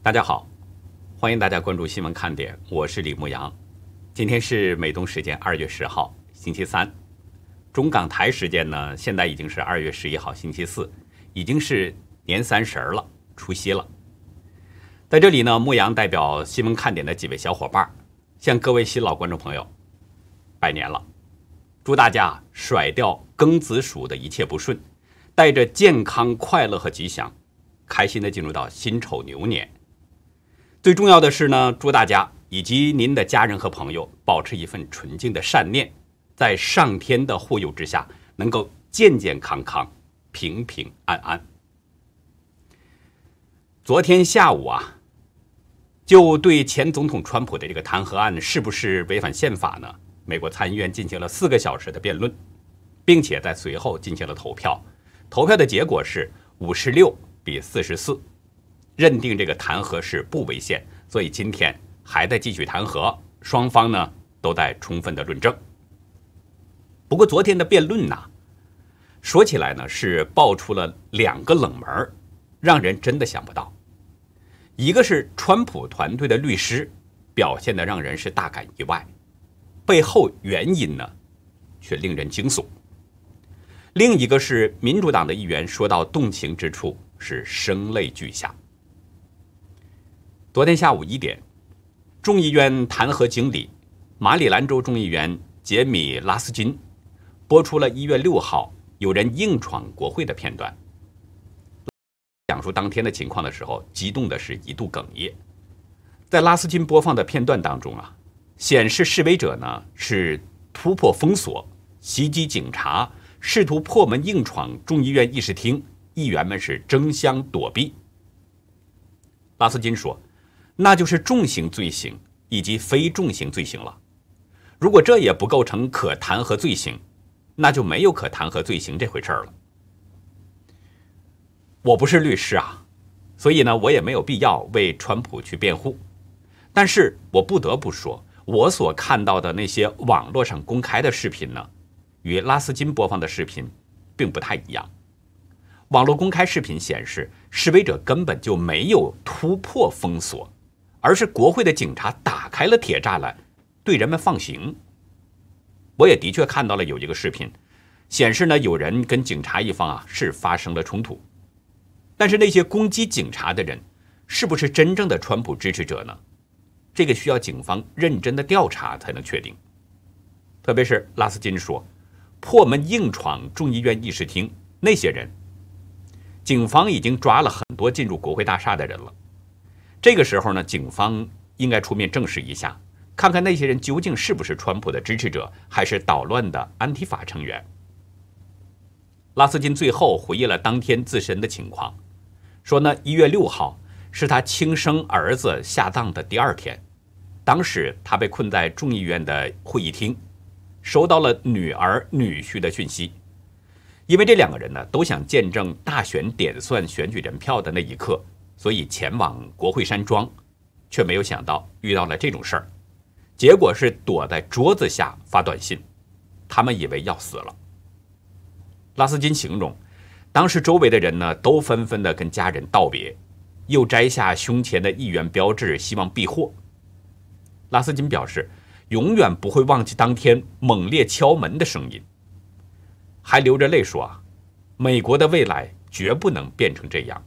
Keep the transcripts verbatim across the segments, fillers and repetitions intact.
大家好，欢迎大家关注新闻看点，我是李牧阳。今天是美东时间二月十号，星期三。中港台时间呢，现在已经是二月十一号，星期四，已经是年三十了，除夕了。在这里呢，牧阳代表新闻看点的几位小伙伴，向各位新老观众朋友拜年了，祝大家甩掉庚子鼠的一切不顺，带着健康、快乐和吉祥，开心的进入到辛丑牛年。最重要的是呢，祝大家以及您的家人和朋友保持一份纯净的善念，在上天的护佑之下，能够健健康康、平平安安。昨天下午啊，就对前总统川普的这个弹劾案是不是违反宪法呢？美国参议院进行了四个小时的辩论，并且在随后进行了投票。投票的结果是五十六比四十四。认定这个弹劾是不违宪，所以今天还在继续弹劾，双方呢都在充分的论证。不过昨天的辩论呢，说起来呢是爆出了两个冷门，让人真的想不到。一个是川普团队的律师表现的让人是大感意外，背后原因呢却令人惊悚。另一个是民主党的议员说到动情之处是声泪俱下。昨天下午一点，众议院弹劾经理马里兰州众议员杰米·拉斯金播出了一月六号有人硬闯国会的片段。讲述当天的情况的时候，激动的是一度哽咽。在拉斯金播放的片段当中啊，显示示威者呢是突破封锁、袭击警察，试图破门硬闯众议院议事厅，议员们是争相躲避。拉斯金说，那就是重刑罪行以及非重刑罪行了。如果这也不构成可弹劾罪行，那就没有可弹劾罪行这回事了。我不是律师啊，所以呢，我也没有必要为川普去辩护。但是我不得不说，我所看到的那些网络上公开的视频呢，与拉斯金播放的视频并不太一样。网络公开视频显示，示威者根本就没有突破封锁，而是国会的警察打开了铁栅栏，对人们放行。我也的确看到了有一个视频，显示呢有人跟警察一方啊是发生了冲突。但是那些攻击警察的人，是不是真正的川普支持者呢？这个需要警方认真的调查才能确定。特别是拉斯金说，破门硬闯众议院议事厅，那些人，警方已经抓了很多进入国会大厦的人了。这个时候呢，警方应该出面证实一下，看看那些人究竟是不是川普的支持者，还是捣乱的安提法成员。拉斯金最后回忆了当天自身的情况，说呢，一月六号是他亲生儿子下葬的第二天，当时他被困在众议院的会议厅，收到了女儿女婿的讯息。因为这两个人呢都想见证大选点算选举人票的那一刻，所以前往国会山庄，却没有想到遇到了这种事儿，结果是躲在桌子下发短信，他们以为要死了。拉斯金形容，当时周围的人呢都纷纷的跟家人道别，又摘下胸前的议员标志，希望避祸。拉斯金表示，永远不会忘记当天猛烈敲门的声音，还流着泪说啊，美国的未来绝不能变成这样。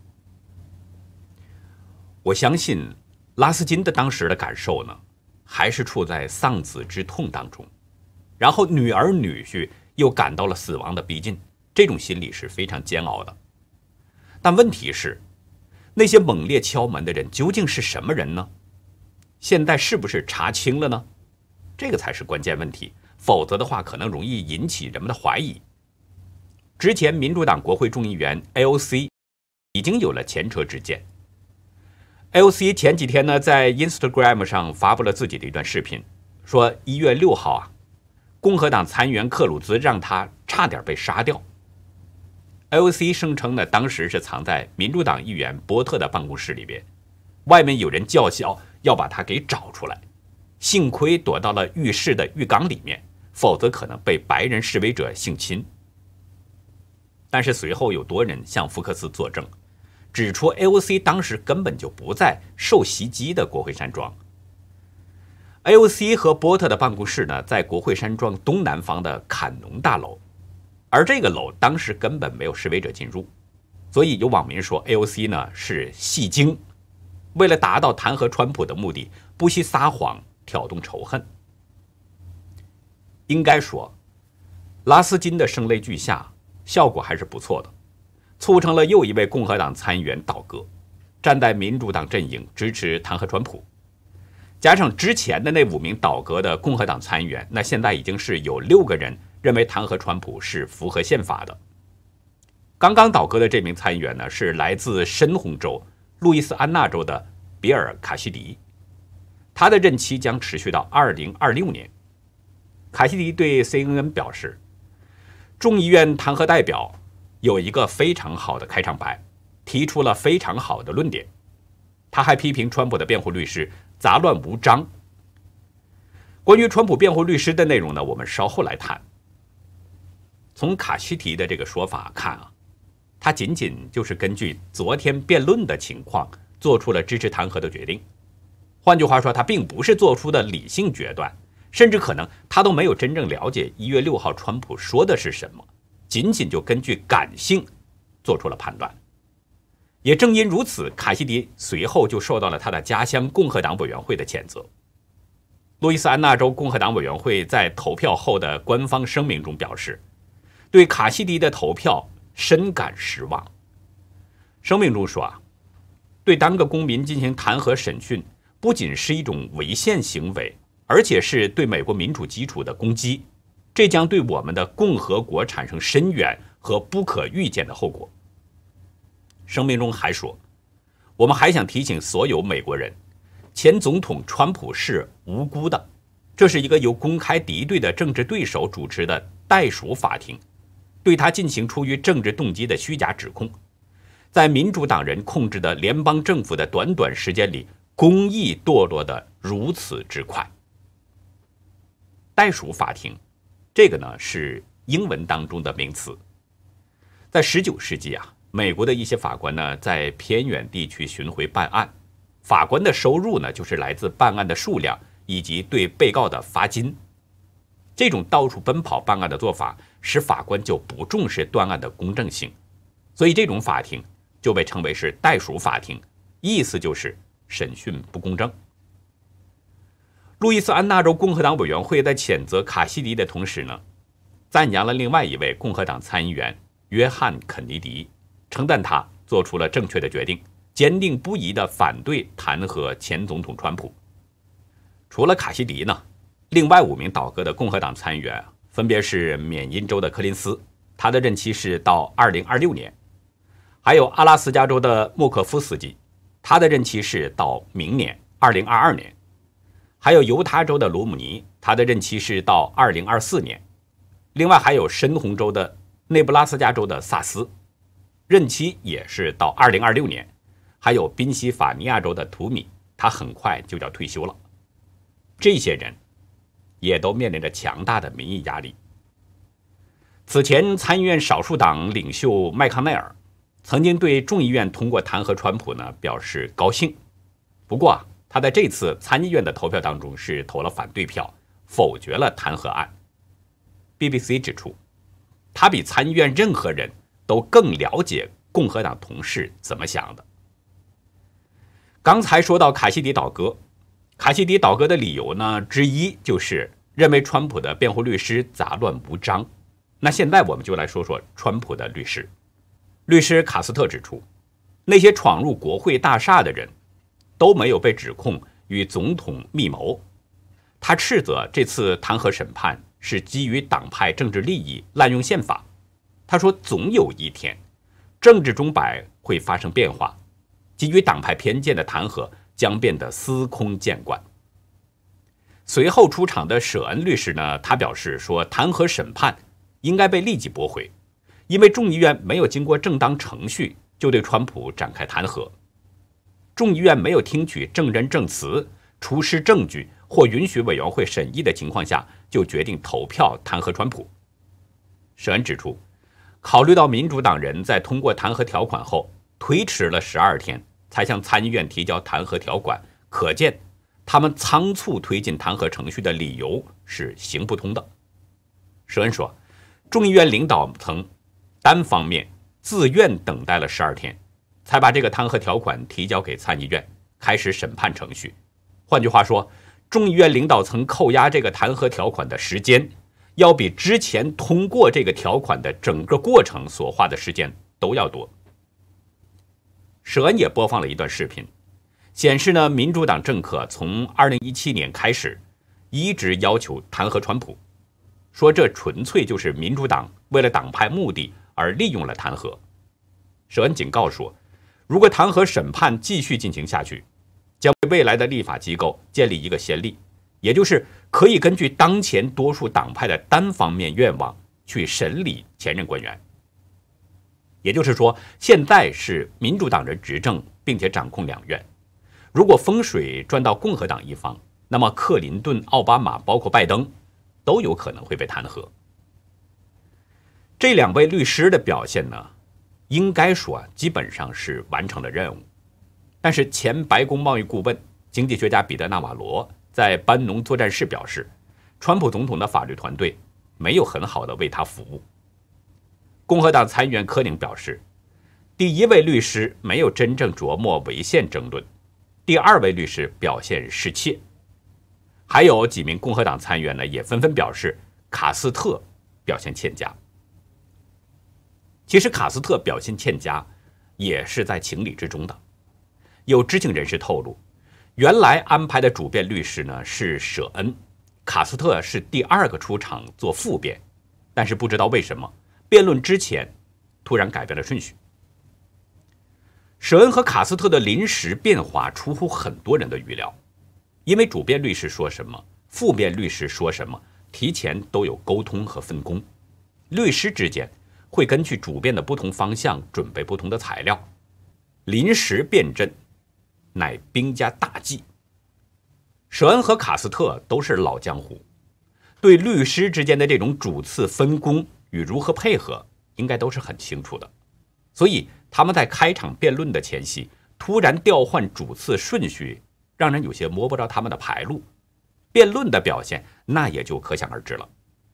我相信拉斯金的当时的感受呢，还是处在丧子之痛当中，然后女儿女婿又感到了死亡的逼近，这种心理是非常煎熬的。但问题是，那些猛烈敲门的人究竟是什么人呢？现在是不是查清了呢？这个才是关键问题，否则的话可能容易引起人们的怀疑。之前民主党国会众议员 A O C 已经有了前车之鉴。A O C 前几天呢，在 Instagram 上发布了自己的一段视频，说一月六号啊，共和党参议员克鲁兹让他差点被杀掉。A O C 声称呢，当时是藏在民主党议员波特的办公室里边，外面有人叫嚣要把他给找出来，幸亏躲到了浴室的浴缸里面，否则可能被白人示威者性侵。但是随后有多人向福克斯作证， 指出 A O C 当时根本就不在受袭击的国会山庄。A O C 和波特的办公室呢，在国会山庄东南方的坎农大楼，而这个楼当时根本没有示威者进入，所以有网民说 A O C 呢是戏精，为了达到弹劾川普的目的，不惜撒谎挑动仇恨。应该说，拉斯金的声泪俱下，效果还是不错的，促成了又一位共和党参议员倒戈，站在民主党阵营支持弹劾川普。加上之前的那五名倒戈的共和党参议员，那现在已经是有六个人认为弹劾川普是符合宪法的。刚刚倒戈的这名参议员呢，是来自深红州路易斯安那州的比尔·卡西迪，他的任期将持续到二零二六年。卡西迪对 C N N 表示，众议院弹劾代表有一个非常好的开场白，提出了非常好的论点。他还批评川普的辩护律师杂乱无章。关于川普辩护律师的内容呢，我们稍后来谈。从卡西提的这个说法看啊，他仅仅就是根据昨天辩论的情况做出了支持弹劾的决定。换句话说，他并不是做出的理性决断，甚至可能他都没有真正了解一月六号川普说的是什么，仅仅就根据感性做出了判断。也正因如此，卡西迪随后就受到了他的家乡共和党委员会的谴责。路易斯安那州共和党委员会在投票后的官方声明中表示，对卡西迪的投票深感失望。声明中说啊，对单个公民进行弹劾审讯，不仅是一种违宪行为，而且是对美国民主基础的攻击，这将对我们的共和国产生深远和不可预见的后果。声明中还说，我们还想提醒所有美国人，前总统川普是无辜的，这是一个由公开敌对的政治对手主持的代属法庭，对他进行出于政治动机的虚假指控，在民主党人控制的联邦政府的短短时间里，公义堕落得如此之快。代属法庭，这个呢是英文当中的名词。在十九世纪啊，美国的一些法官呢，在偏远地区巡回办案，法官的收入呢，就是来自办案的数量以及对被告的罚金。这种到处奔跑办案的做法，使法官就不重视断案的公正性，所以这种法庭就被称为是代属法庭，意思就是审讯不公正。路易斯安那州共和党委员会在谴责卡西迪的同时呢，赞扬了另外一位共和党参议员约翰·肯尼迪，称赞他做出了正确的决定，坚定不移地反对弹劾前总统川普。除了卡西迪呢，另外五名倒戈的共和党参议员分别是缅因州的柯林斯，他的任期是到二零二六年；还有阿拉斯加州的莫可夫斯基，他的任期是到明年二零二二年；还有犹他州的罗姆尼，他的任期是到二零二四年；另外还有深红州的内布拉斯加州的萨斯，任期也是到二零二六年；还有宾夕法尼亚州的图米，他很快就要退休了。这些人也都面临着强大的民意压力。此前参议院少数党领袖麦康奈尔曾经对众议院通过弹劾川普呢表示高兴，不过啊，他在这次参议院的投票当中是投了反对票，否决了弹劾案。B B C 指出，他比参议院任何人都更了解共和党同事怎么想的。刚才说到卡西迪倒戈，卡西迪倒戈的理由呢之一就是认为川普的辩护律师杂乱无章。那现在我们就来说说川普的律师。律师卡斯特指出，那些闯入国会大厦的人都没有被指控与总统密谋。他斥责这次弹劾审判是基于党派政治利益，滥用宪法。他说，总有一天政治钟摆会发生变化，基于党派偏见的弹劾将变得司空见惯。随后出场的舍恩律师呢，他表示说，弹劾审判应该被立即驳回，因为众议院没有经过正当程序就对川普展开弹劾，众议院没有听取证人证词、出示证据或允许委员会审议的情况下，就决定投票弹劾川普。舍恩指出，考虑到民主党人在通过弹劾条款后推迟了十二天才向参议院提交弹劾条款，可见他们仓促推进弹劾程序的理由是行不通的。舍恩说，众议院领导层单方面自愿等待了十二天，才把这个弹劾条款提交给参议院，开始审判程序。换句话说，众议院领导层扣押这个弹劾条款的时间，要比之前通过这个条款的整个过程所花的时间都要多。舍恩也播放了一段视频，显示呢，民主党政客从二零一七年开始一直要求弹劾川普，说这纯粹就是民主党为了党派目的而利用了弹劾。舍恩警告说，如果弹劾审判继续进行下去，将为未来的立法机构建立一个先例，也就是可以根据当前多数党派的单方面愿望去审理前任官员。也就是说，现在是民主党人执政并且掌控两院，如果风水转到共和党一方，那么克林顿、奥巴马包括拜登都有可能会被弹劾。这两位律师的表现呢，应该说基本上是完成了任务。但是前白宫贸易顾问、经济学家彼得·纳瓦罗在班农作战室表示，川普总统的法律团队没有很好的为他服务。共和党参议员科宁表示，第一位律师没有真正琢磨违宪争论，第二位律师表现失窃。还有几名共和党参议员呢，也纷纷表示卡斯特表现欠佳。其实卡斯特表现欠佳也是在情理之中的。有知情人士透露，原来安排的主辩律师呢是舍恩，卡斯特是第二个出场做副辩，但是不知道为什么辩论之前突然改变了顺序。舍恩和卡斯特的临时变化出乎很多人的预料，因为主辩律师说什么，副辩律师说什么，提前都有沟通和分工，律师之间会根据主辩的不同方向准备不同的材料，临时辩证乃兵家大忌。舍恩和卡斯特都是老江湖，对律师之间的这种主次分工与如何配合应该都是很清楚的，所以他们在开场辩论的前夕突然调换主次顺序，让人有些摸不着他们的牌路，辩论的表现那也就可想而知了。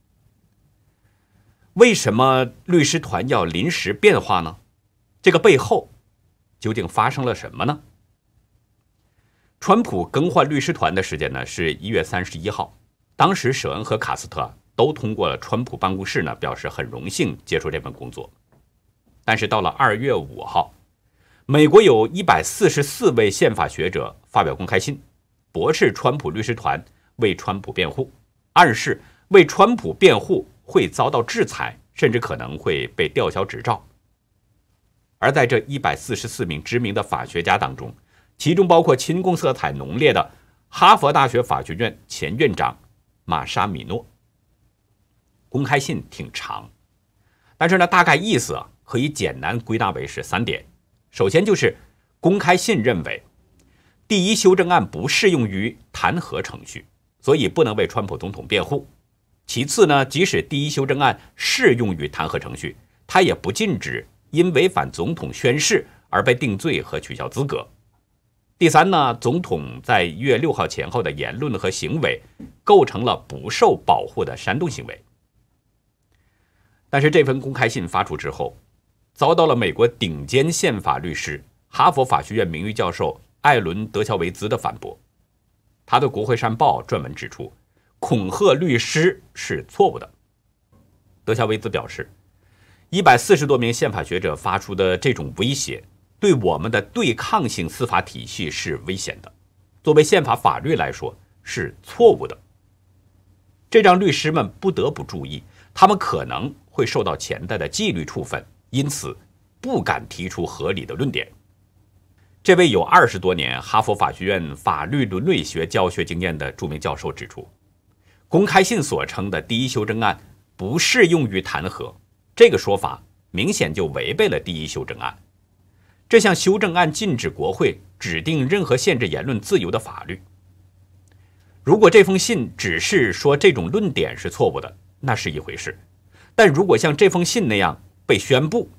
为什么律师团要临时变化呢？这个背后究竟发生了什么呢？川普更换律师团的时间呢是一月三十一号，当时舍恩和卡斯特都通过了川普办公室呢，表示很荣幸接受这份工作。但是到了二月五号，美国有一百四十四位宪法学者发表公开信，驳斥川普律师团为川普辩护，暗示为川普辩护会遭到制裁，甚至可能会被吊销执照。而在这一百四十四名知名的法学家当中，其中包括亲共色彩浓烈的哈佛大学法学院前院长玛莎米诺。公开信挺长，但是呢，大概意思啊可以简单归纳为是三点。首先就是公开信认为，第一修正案不适用于弹劾程序，所以不能为川普总统辩护。其次呢，即使第一修正案适用于弹劾程序，它也不禁止因违反总统宣誓而被定罪和取消资格。第三呢，总统在一月六号前后的言论和行为构成了不受保护的煽动行为。但是这份公开信发出之后，遭到了美国顶尖宪法律师、哈佛法学院名誉教授艾伦·德乔维兹的反驳。他的《国会山报》专门指出，恐吓律师是错误的。德乔维兹表示，一百四十多名宪法学者发出的这种威胁，对我们的对抗性司法体系是危险的，作为宪法法律来说是错误的。这让律师们不得不注意，他们可能会受到潜在的纪律处分，因此不敢提出合理的论点。这位有二十多年哈佛法学院法律伦理学教学经验的著名教授指出，公开信所称的第一修正案不适用于弹劾，这个说法明显就违背了第一修正案。这项修正案禁止国会指定任何限制言论自由的法律。如果这封信只是说这种论点是错误的，那是一回事，但如果像这封信那样被宣布，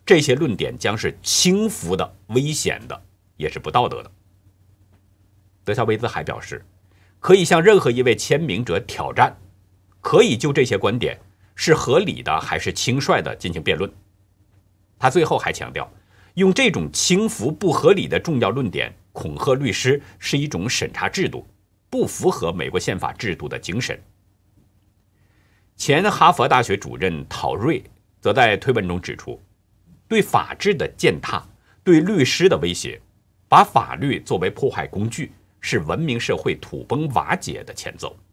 这些论点将是轻浮的、危险的，也是不道德的。德肖维兹还表示，可以向任何一位签名者挑战，可以就这些观点是合理的还是轻率的进行辩论。他最后还强调，用这种轻浮不合理的重要论点恐吓律师是一种审查制度，不符合美国宪法制度的精神。前哈佛大学主任陶瑞则在推文中指出，对法治的践踏，对律师的威胁，把法律作为破坏工具，是文明社会土崩瓦解的前奏。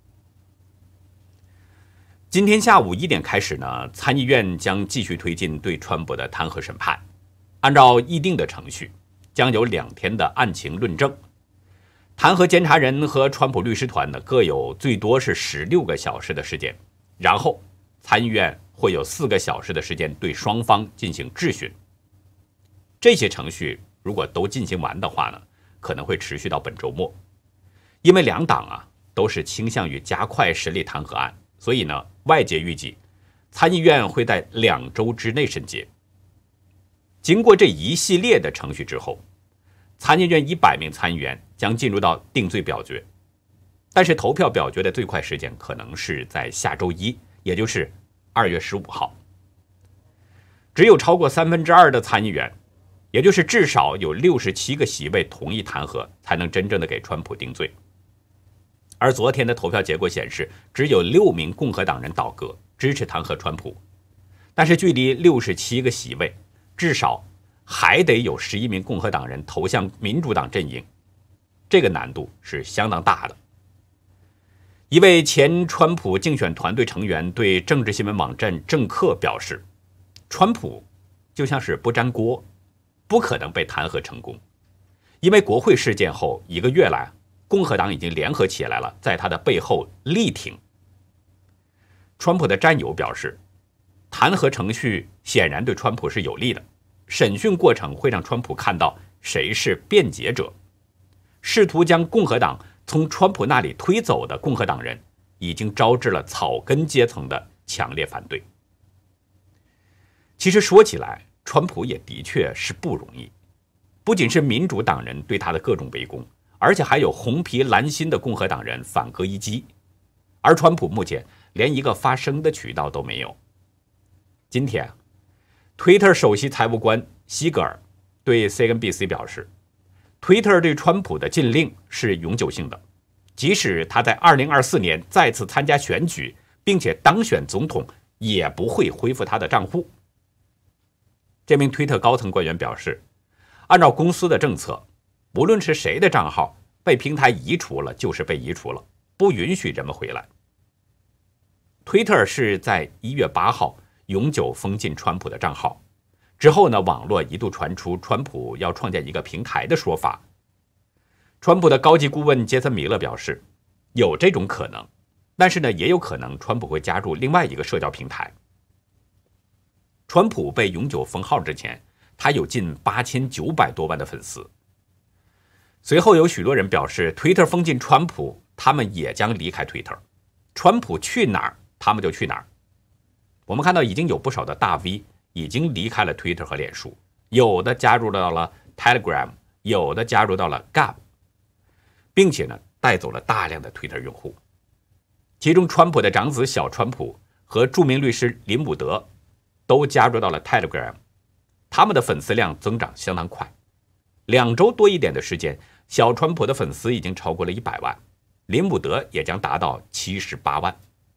今天下午一点开始呢，参议院将继续推进对川普的弹劾审判。按照议定的程序，将有两天的案情论证。弹劾监察人和川普律师团呢，各有最多是十六个小时的时间。然后，参议院会有四个小时的时间对双方进行质询。这些程序如果都进行完的话呢，可能会持续到本周末。因为两党啊都是倾向于加快审理弹劾案，所以呢，外界预计参议院会在两周之内审结。经过这一系列的程序之后，参议院一百名参议员将进入到定罪表决，但是投票表决的最快时间可能是在下周一，也就是二月十五号。只有超过三分之二的参议员，也就是至少有六十七个席位同意弹劾，才能真正的给川普定罪。而昨天的投票结果显示，只有六名共和党人倒戈支持弹劾川普，但是距离六十七个席位，至少还得有十一名共和党人投向民主党阵营，这个难度是相当大的。一位前川普竞选团队成员对政治新闻网站政客表示，川普就像是不粘锅，不可能被弹劾成功，因为国会事件后一个月来，共和党已经联合起来了，在他的背后力挺。川普的战友表示，弹劾程序显然对川普是有利的，审讯过程会让川普看到谁是辩解者。试图将共和党从川普那里推走的共和党人，已经招致了草根阶层的强烈反对。其实说起来，川普也的确是不容易，不仅是民主党人对他的各种围攻，而且还有红皮蓝心的共和党人反戈一击，而川普目前连一个发声的渠道都没有。今天 Twitter 首席财务官西格尔对 C N B C 表示， Twitter 对川普的禁令是永久性的，即使他在二零二四年再次参加选举并且当选总统，也不会恢复他的账户。这名 Twitter 高层官员表示，按照公司的政策，无论是谁的账号被平台移除了，就是被移除了，不允许人们回来。Twitter 是在一月八号永久封禁川普的账号之后呢，网络一度传出川普要创建一个平台的说法。川普的高级顾问杰森米勒表示，有这种可能，但是呢，也有可能川普会加入另外一个社交平台。川普被永久封号之前，他有近八千九百多万的粉丝。随后有许多人表示 Twitter 封禁川普，他们也将离开 Twitter， 川普去哪儿他们就去哪儿。我们看到已经有不少的大 V 已经离开了 Twitter 和脸书，有的加入到了 Telegram， 有的加入到了 Gab， 并且呢带走了大量的 Twitter 用户。其中川普的长子小川普和著名律师林伍德都加入到了 Telegram， 他们的粉丝量增长相当快。两周多一点的时间，小川普的粉丝已经超过了一百万，林伍德也将达到七十八万。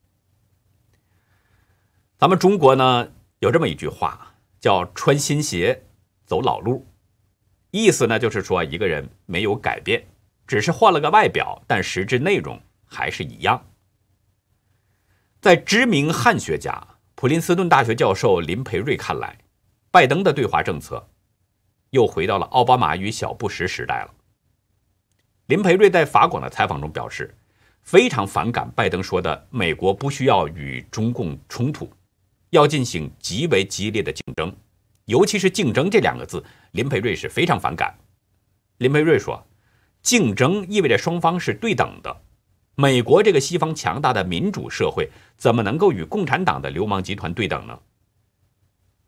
咱们中国呢有这么一句话，叫穿新鞋走老路，意思呢就是说一个人没有改变，只是换了个外表，但实质内容还是一样。在知名汉学家普林斯顿大学教授林培瑞看来，拜登的对华政策又回到了奥巴马与小布什时代了。林培瑞在法广的采访中表示，非常反感拜登说的美国不需要与中共冲突，要进行极为激烈的竞争，尤其是竞争这两个字，林培瑞是非常反感。林培瑞说，竞争意味着双方是对等的，美国这个西方强大的民主社会怎么能够与共产党的流氓集团对等呢？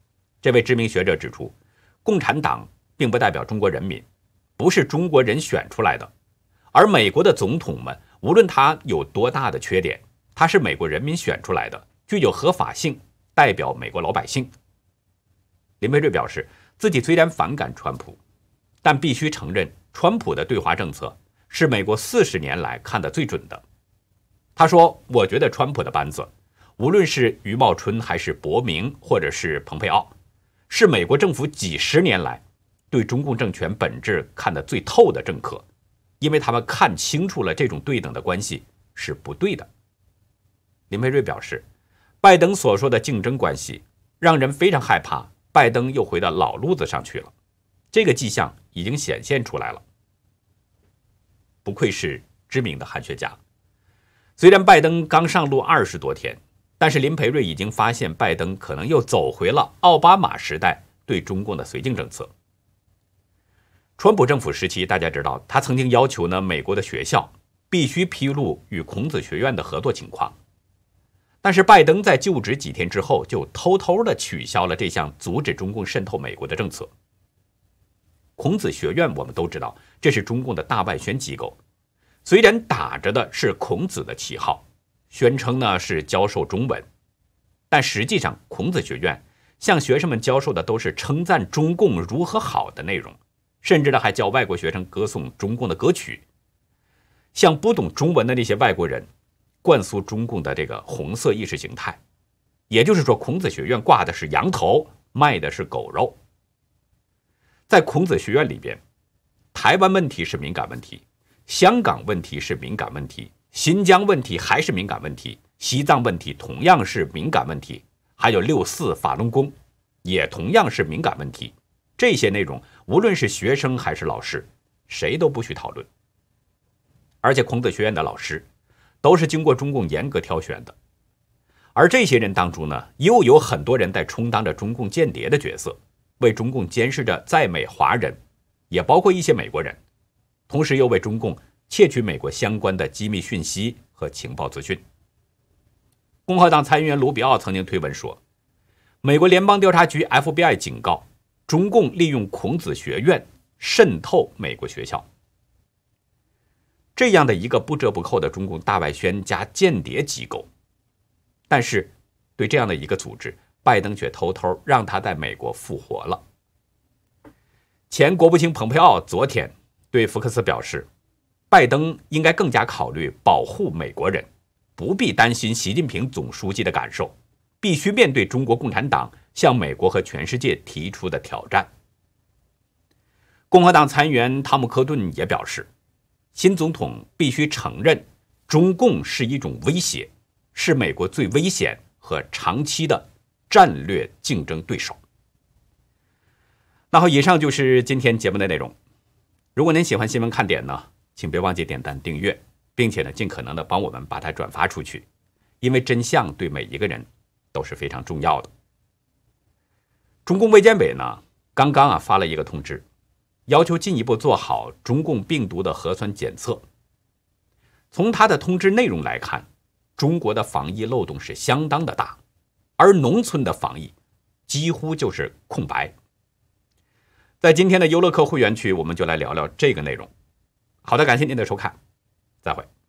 这位知名学者指出，共产党并不代表中国人民，不是中国人选出来的，而美国的总统们，无论他有多大的缺点，他是美国人民选出来的，具有合法性，代表美国老百姓。林培瑞表示，自己虽然反感川普，但必须承认川普的对华政策是美国四十年来看得最准的。他说，我觉得川普的班子，无论是余茂春还是伯明或者是蓬佩奥，是美国政府几十年来对中共政权本质看得最透的政客，因为他们看清楚了这种对等的关系是不对的。林培瑞表示，拜登所说的竞争关系让人非常害怕，拜登又回到老路子上去了，这个迹象已经显现出来了。不愧是知名的汉学家，虽然拜登刚上路二十多天，但是林培瑞已经发现拜登可能又走回了奥巴马时代对中共的绥靖政策。川普政府时期，大家知道他曾经要求呢，美国的学校必须披露与孔子学院的合作情况，但是拜登在就职几天之后就偷偷的取消了这项阻止中共渗透美国的政策。孔子学院我们都知道，这是中共的大外宣机构，虽然打着的是孔子的旗号，宣称呢是教授中文，但实际上孔子学院向学生们教授的都是称赞中共如何好的内容，甚至呢还教外国学生歌颂中共的歌曲，向不懂中文的那些外国人灌输中共的这个红色意识形态。也就是说，孔子学院挂的是羊头，卖的是狗肉。在孔子学院里边，台湾问题是敏感问题，香港问题是敏感问题，新疆问题还是敏感问题，西藏问题同样是敏感问题，还有六四法轮功也同样是敏感问题。这些内容无论是学生还是老师，谁都不许讨论。而且孔子学院的老师都是经过中共严格挑选的，而这些人当中呢，又有很多人在充当着中共间谍的角色，为中共监视着在美华人，也包括一些美国人，同时又为中共窃取美国相关的机密讯息和情报资讯。共和党参议员卢比奥曾经推文说，美国联邦调查局 F B I 警告中共利用孔子学院渗透美国学校。这样的一个不折不扣的中共大外宣加间谍机构，但是对这样的一个组织，拜登却偷偷让他在美国复活了。前国务卿蓬佩奥昨天对福克斯表示，拜登应该更加考虑保护美国人，不必担心习近平总书记的感受，必须面对中国共产党向美国和全世界提出的挑战。共和党参议员汤姆·科顿也表示，新总统必须承认中共是一种威胁，是美国最危险和长期的战略竞争对手。那好，以上就是今天节目的内容。如果您喜欢新闻看点呢，请别忘记点赞订阅，并且呢尽可能的帮我们把它转发出去，因为真相对每一个人都是非常重要的。中共卫健委呢刚刚啊发了一个通知，要求进一步做好中共病毒的核酸检测。从它的通知内容来看，中国的防疫漏洞是相当的大，而农村的防疫几乎就是空白。在今天的优乐客会员区，我们就来聊聊这个内容。好的，感谢您的收看，再会。